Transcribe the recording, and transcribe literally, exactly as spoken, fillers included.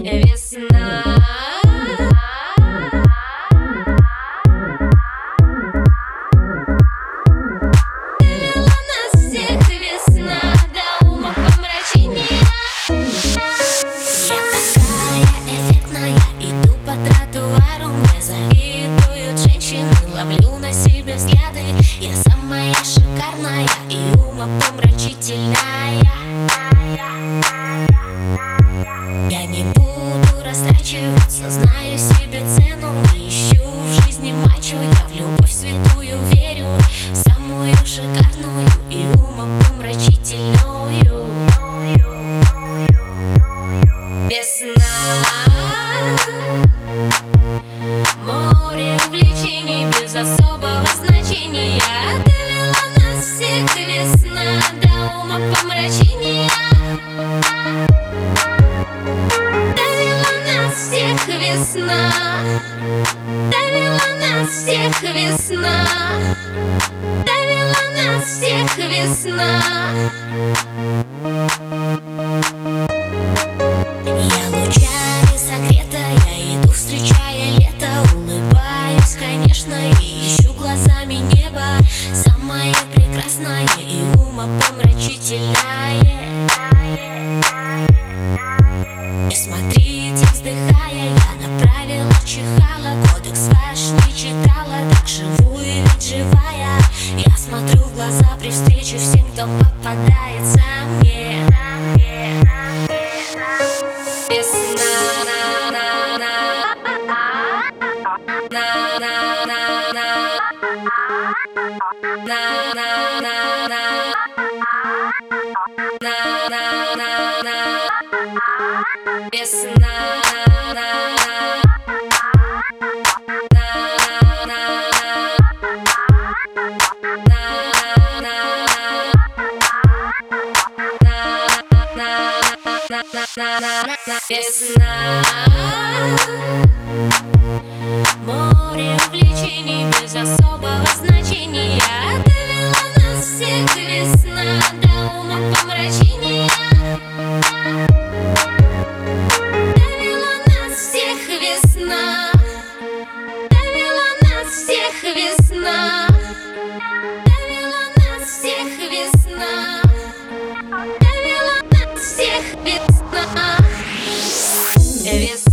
Весна. Довела нас всех весна до ума помрачения. Я такая эффектная, иду по тротуару, мне завидуют женщины, ловлю на себе взгляды. Я самая шикарная и умопомрачительная. Я не буду растрачиваться, знаю себе цену. Не ищу в жизни мачо, я в любовь святую верю, в самую шикарную и умопомрачительную. Весна. Море увлечений без особого значения. Довела нас всех весна до ума помрачения. Довела нас всех весна. Довела нас всех весна. Довела нас всех весна. Я лучами согрета, я иду, встречая лето. Улыбаюсь, конечно, и ищу глазами небо. Самая прекрасная и умопомрачительная. Не смотрите, вздыхая, я направила чихала. Кодекс ваш не читала, так живую ведь живая. Я смотрю в глаза при встрече всем, кто попадается мне. Весна. Весна. Море увлечений без особого значения. Довела нас всех весна до ума помрачения. Довела нас всех весна. Довела нас всех весна. Довела нас всех весна. Довела нас всех весна. Весна.